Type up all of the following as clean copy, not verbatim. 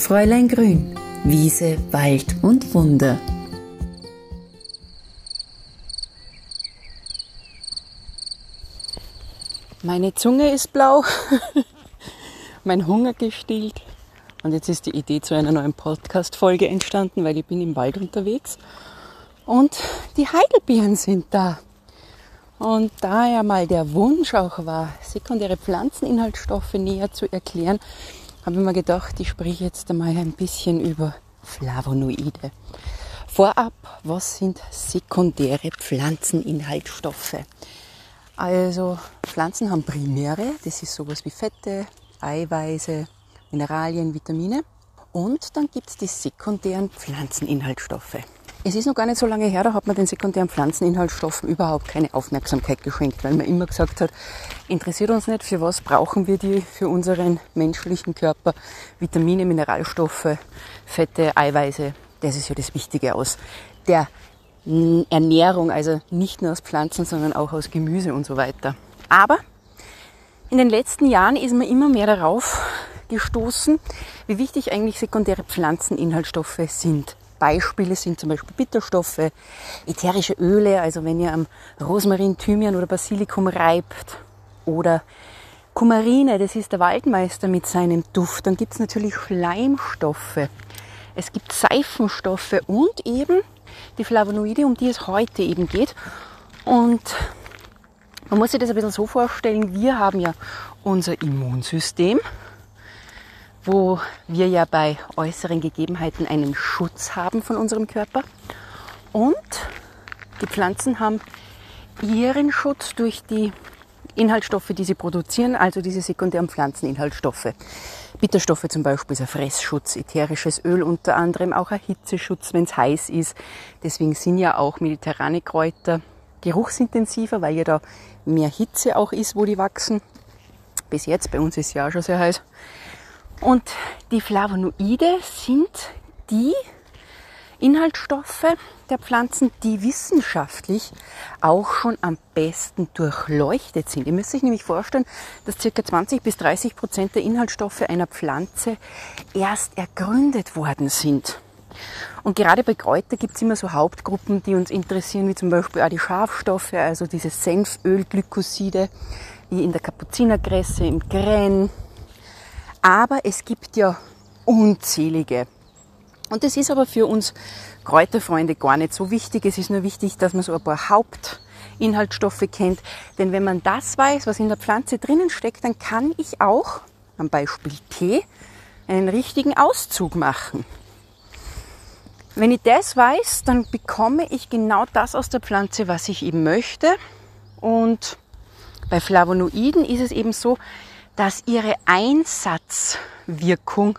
Fräulein Grün, Wiese, Wald und Wunder. Meine Zunge ist blau, mein Hunger gestillt und jetzt ist die Idee zu einer neuen Podcast-Folge entstanden, weil ich bin im Wald unterwegs und die Heidelbeeren sind da. Und da ja mal der Wunsch auch war, sekundäre Pflanzeninhaltsstoffe näher zu erklären, habe ich mir gedacht, ich spreche jetzt einmal ein bisschen über Flavonoide. Vorab, was sind sekundäre Pflanzeninhaltsstoffe? Also Pflanzen haben primäre, das ist sowas wie Fette, Eiweiße, Mineralien, Vitamine. Und dann gibt es die sekundären Pflanzeninhaltsstoffe. Es ist noch gar nicht so lange her, da hat man den sekundären Pflanzeninhaltsstoffen überhaupt keine Aufmerksamkeit geschenkt, weil man immer gesagt hat, interessiert uns nicht, für was brauchen wir die für unseren menschlichen Körper, Vitamine, Mineralstoffe, Fette, Eiweiße, das ist ja das Wichtige aus der Ernährung, also nicht nur aus Pflanzen, sondern auch aus Gemüse und so weiter. Aber in den letzten Jahren ist man immer mehr darauf gestoßen, wie wichtig eigentlich sekundäre Pflanzeninhaltsstoffe sind. Beispiele sind zum Beispiel Bitterstoffe, ätherische Öle, also wenn ihr am Rosmarin, Thymian oder Basilikum reibt, oder Kumarine, das ist der Waldmeister mit seinem Duft. Dann gibt es natürlich Schleimstoffe, es gibt Seifenstoffe und eben die Flavonoide, um die es heute eben geht. Und man muss sich das ein bisschen so vorstellen, wir haben ja unser Immunsystem, wo wir ja bei äußeren Gegebenheiten einen Schutz haben von unserem Körper. Und die Pflanzen haben ihren Schutz durch die Inhaltsstoffe, die sie produzieren, also diese sekundären Pflanzeninhaltsstoffe. Bitterstoffe zum Beispiel ist ein Fressschutz, ätherisches Öl unter anderem auch ein Hitzeschutz, wenn es heiß ist. Deswegen sind ja auch mediterrane Kräuter geruchsintensiver, weil ja da mehr Hitze auch ist, wo die wachsen. Bis jetzt, bei uns ist es ja auch schon sehr heiß. Und die Flavonoide sind die Inhaltsstoffe der Pflanzen, die wissenschaftlich auch schon am besten durchleuchtet sind. Ihr müsst euch nämlich vorstellen, dass ca. 20-30% der Inhaltsstoffe einer Pflanze erst ergründet worden sind. Und gerade bei Kräutern gibt es immer so Hauptgruppen, die uns interessieren, wie zum Beispiel auch die Schafstoffe, also diese Senfölglykoside, wie in der Kapuzinerkresse, im Grän. Aber es gibt ja unzählige. Und das ist aber für uns Kräuterfreunde gar nicht so wichtig. Es ist nur wichtig, dass man so ein paar Hauptinhaltsstoffe kennt. Denn wenn man das weiß, was in der Pflanze drinnen steckt, dann kann ich auch, am Beispiel Tee, einen richtigen Auszug machen. Wenn ich das weiß, dann bekomme ich genau das aus der Pflanze, was ich eben möchte. Und bei Flavonoiden ist es eben so, dass ihre Einsatzwirkung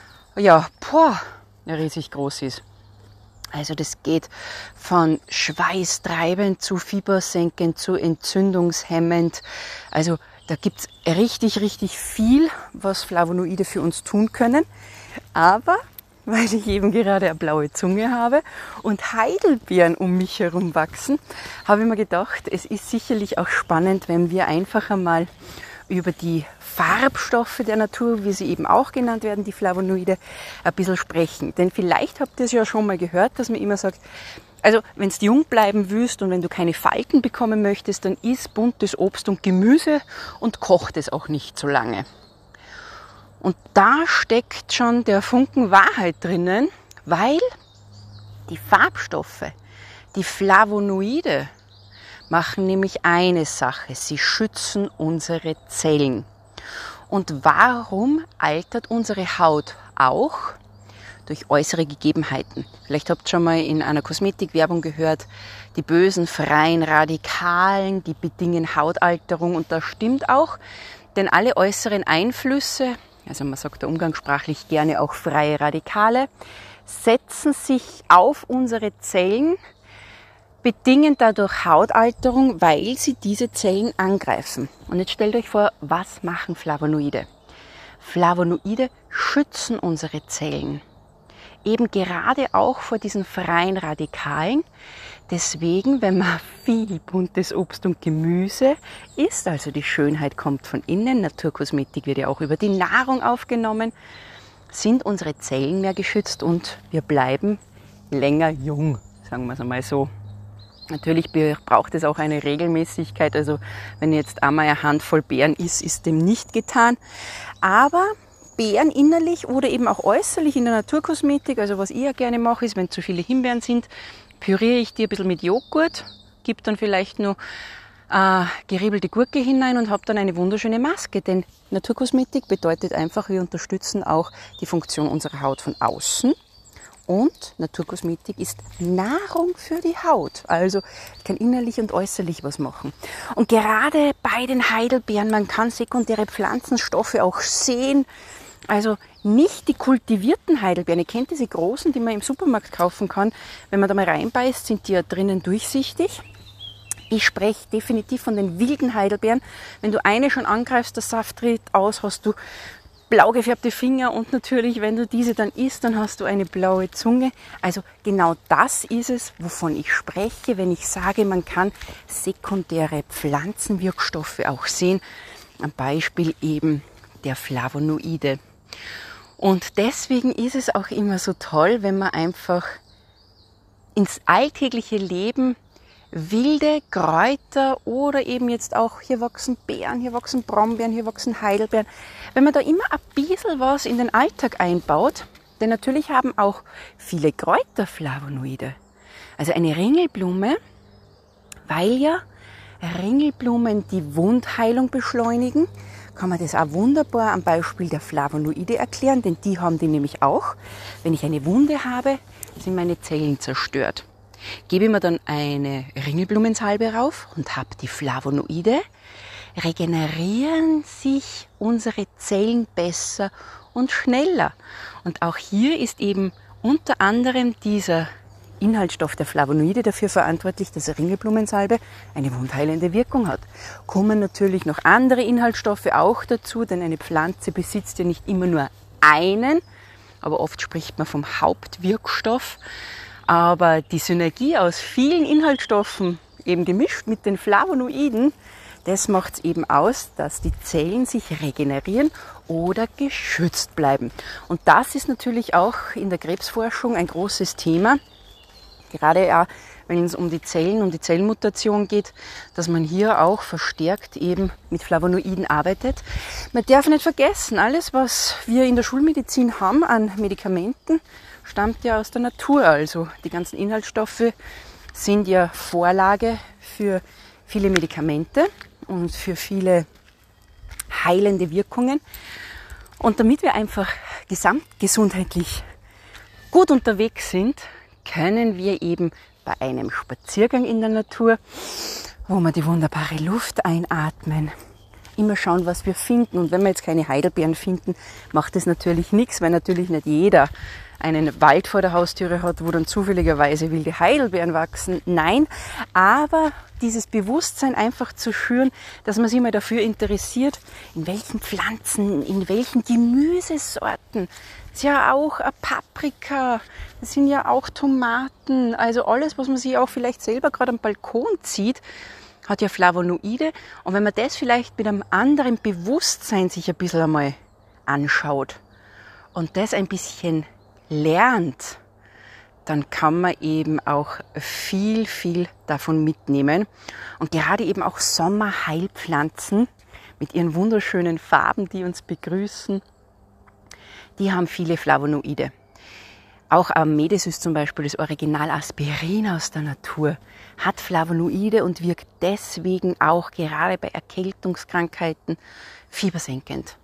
riesig groß ist. Also das geht von schweißtreibend zu fiebersenkend zu entzündungshemmend. Also da gibt's richtig, richtig viel, was Flavonoide für uns tun können. Aber weil ich eben gerade eine blaue Zunge habe und Heidelbeeren um mich herum wachsen, habe ich mir gedacht, es ist sicherlich auch spannend, wenn wir einfach einmal über die Farbstoffe der Natur, wie sie eben auch genannt werden, die Flavonoide, ein bisschen sprechen. Denn vielleicht habt ihr es ja schon mal gehört, dass man immer sagt, also wenn du jung bleiben willst und wenn du keine Falten bekommen möchtest, dann iss buntes Obst und Gemüse und kocht es auch nicht so lange. Und da steckt schon der Funken Wahrheit drinnen, weil die Farbstoffe, die Flavonoide, machen nämlich eine Sache, sie schützen unsere Zellen. Und warum altert unsere Haut auch? Durch äußere Gegebenheiten. Vielleicht habt ihr schon mal in einer Kosmetikwerbung gehört, die bösen freien Radikalen, die bedingen Hautalterung. Und das stimmt auch, denn alle äußeren Einflüsse, also man sagt da umgangssprachlich gerne auch freie Radikale, setzen sich auf unsere Zellen, bedingen dadurch Hautalterung, weil sie diese Zellen angreifen. Und jetzt stellt euch vor, was machen Flavonoide? Flavonoide schützen unsere Zellen. Eben gerade auch vor diesen freien Radikalen. Deswegen, wenn man viel buntes Obst und Gemüse isst, also die Schönheit kommt von innen, Naturkosmetik wird ja auch über die Nahrung aufgenommen, sind unsere Zellen mehr geschützt und wir bleiben länger jung, sagen wir es einmal so. Natürlich braucht es auch eine Regelmäßigkeit, also wenn jetzt einmal eine Handvoll Beeren isst, ist dem nicht getan. Aber Beeren innerlich oder eben auch äußerlich in der Naturkosmetik, also was ich ja gerne mache, ist, wenn zu viele Himbeeren sind, püriere ich die ein bisschen mit Joghurt, gebe dann vielleicht noch geriebelte Gurke hinein und habe dann eine wunderschöne Maske. Denn Naturkosmetik bedeutet einfach, wir unterstützen auch die Funktion unserer Haut von außen. Und Naturkosmetik ist Nahrung für die Haut. Also ich kann innerlich und äußerlich was machen. Und gerade bei den Heidelbeeren, man kann sekundäre Pflanzenstoffe auch sehen. Also nicht die kultivierten Heidelbeeren. Ihr kennt diese großen, die man im Supermarkt kaufen kann. Wenn man da mal reinbeißt, sind die ja drinnen durchsichtig. Ich spreche definitiv von den wilden Heidelbeeren. Wenn du eine schon angreifst, der Saft tritt aus, hast du blau gefärbte Finger und natürlich, wenn du diese dann isst, dann hast du eine blaue Zunge. Also genau das ist es, wovon ich spreche, wenn ich sage, man kann sekundäre Pflanzenwirkstoffe auch sehen. Am Beispiel eben der Flavonoide. Und deswegen ist es auch immer so toll, wenn man einfach ins alltägliche Leben wilde Kräuter oder eben jetzt auch, hier wachsen Beeren, hier wachsen Brombeeren, hier wachsen Heidelbeeren. Wenn man da immer ein bisschen was in den Alltag einbaut, denn natürlich haben auch viele Kräuter Flavonoide. Also eine Ringelblume, weil ja Ringelblumen die Wundheilung beschleunigen, kann man das auch wunderbar am Beispiel der Flavonoide erklären, denn die haben die nämlich auch. Wenn ich eine Wunde habe, sind meine Zellen zerstört. Gebe ich mir dann eine Ringelblumensalbe rauf und habe die Flavonoide, regenerieren sich unsere Zellen besser und schneller. Und auch hier ist eben unter anderem dieser Inhaltsstoff der Flavonoide dafür verantwortlich, dass eine Ringelblumensalbe eine wundheilende Wirkung hat. Kommen natürlich noch andere Inhaltsstoffe auch dazu, denn eine Pflanze besitzt ja nicht immer nur einen, aber oft spricht man vom Hauptwirkstoff. Aber die Synergie aus vielen Inhaltsstoffen, eben gemischt mit den Flavonoiden, das macht es eben aus, dass die Zellen sich regenerieren oder geschützt bleiben. Und das ist natürlich auch in der Krebsforschung ein großes Thema. Gerade auch, wenn es um die Zellen, um die Zellmutation geht, dass man hier auch verstärkt eben mit Flavonoiden arbeitet. Man darf nicht vergessen, alles, was wir in der Schulmedizin haben an Medikamenten, stammt ja aus der Natur. Also die ganzen Inhaltsstoffe sind ja Vorlage für viele Medikamente und für viele heilende Wirkungen. Und damit wir einfach gesamtgesundheitlich gut unterwegs sind, können wir eben bei einem Spaziergang in der Natur, wo wir die wunderbare Luft einatmen, immer schauen, was wir finden. Und wenn wir jetzt keine Heidelbeeren finden, macht das natürlich nichts, weil natürlich nicht jeder einen Wald vor der Haustüre hat, wo dann zufälligerweise wilde Heidelbeeren wachsen. Nein, aber dieses Bewusstsein einfach zu schüren, dass man sich mal dafür interessiert, in welchen Pflanzen, in welchen Gemüsesorten. Das ist ja auch eine Paprika, das sind ja auch Tomaten, also alles, was man sich auch vielleicht selber gerade am Balkon zieht, hat ja Flavonoide. Und wenn man das vielleicht mit einem anderen Bewusstsein sich ein bisschen einmal anschaut und das ein bisschen lernt, dann kann man eben auch viel, viel davon mitnehmen. Und gerade eben auch Sommerheilpflanzen mit ihren wunderschönen Farben, die uns begrüßen, die haben viele Flavonoide. Auch Amedesys zum Beispiel, das Original Aspirin aus der Natur, hat Flavonoide und wirkt deswegen auch gerade bei Erkältungskrankheiten fiebersenkend.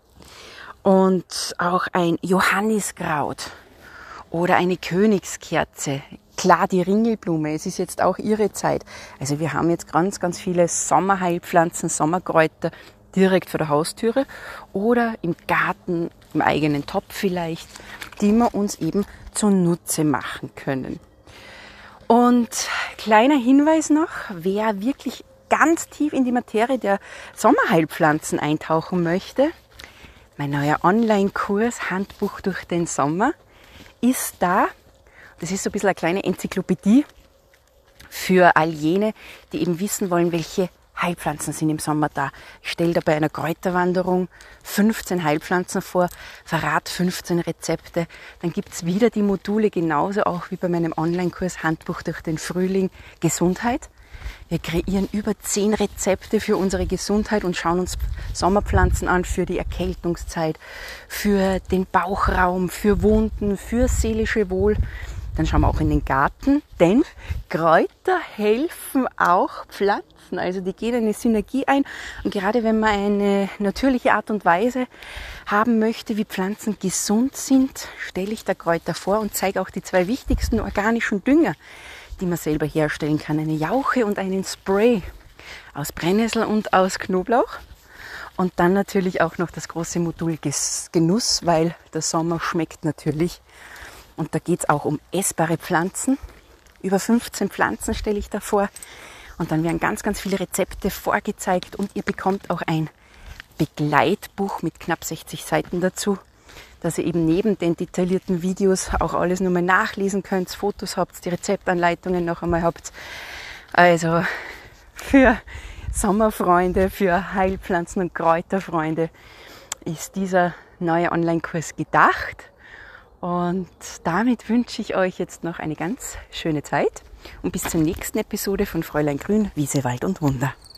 Und auch ein Johanniskraut oder eine Königskerze. Klar, die Ringelblume, es ist jetzt auch ihre Zeit. Also wir haben jetzt ganz, ganz viele Sommerheilpflanzen, Sommerkräuter direkt vor der Haustüre oder im Garten, im eigenen Topf vielleicht, die wir uns eben zunutze machen können. Und kleiner Hinweis noch, wer wirklich ganz tief in die Materie der Sommerheilpflanzen eintauchen möchte, mein neuer Online-Kurs Handbuch durch den Sommer ist da. Das ist so ein bisschen eine kleine Enzyklopädie für all jene, die eben wissen wollen, welche Heilpflanzen sind im Sommer da. Ich stelle da bei einer Kräuterwanderung 15 Heilpflanzen vor, verrate 15 Rezepte. Dann gibt's wieder die Module, genauso auch wie bei meinem Online-Kurs Handbuch durch den Frühling Gesundheit. Wir kreieren über 10 Rezepte für unsere Gesundheit und schauen uns Sommerpflanzen an für die Erkältungszeit, für den Bauchraum, für Wunden, für seelische Wohl. Dann schauen wir auch in den Garten, denn Kräuter helfen auch Pflanzen. Also die gehen eine Synergie ein. Und gerade wenn man eine natürliche Art und Weise haben möchte, wie Pflanzen gesund sind, stelle ich da Kräuter vor und zeige auch die 2 wichtigsten organischen Dünger, die man selber herstellen kann. Eine Jauche und einen Spray aus Brennnessel und aus Knoblauch. Und dann natürlich auch noch das große Modul Genuss, weil der Sommer schmeckt natürlich. Und da geht es auch um essbare Pflanzen. Über 15 Pflanzen stelle ich da vor. Und dann werden ganz, ganz viele Rezepte vorgezeigt. Und ihr bekommt auch ein Begleitbuch mit knapp 60 Seiten dazu, dass ihr eben neben den detaillierten Videos auch alles nochmal nachlesen könnt, Fotos habt, die Rezeptanleitungen noch einmal habt. Also für Sommerfreunde, für Heilpflanzen- und Kräuterfreunde ist dieser neue Online-Kurs gedacht. Und damit wünsche ich euch jetzt noch eine ganz schöne Zeit und bis zur nächsten Episode von Fräulein Grün, Wiese, Wald und Wunder.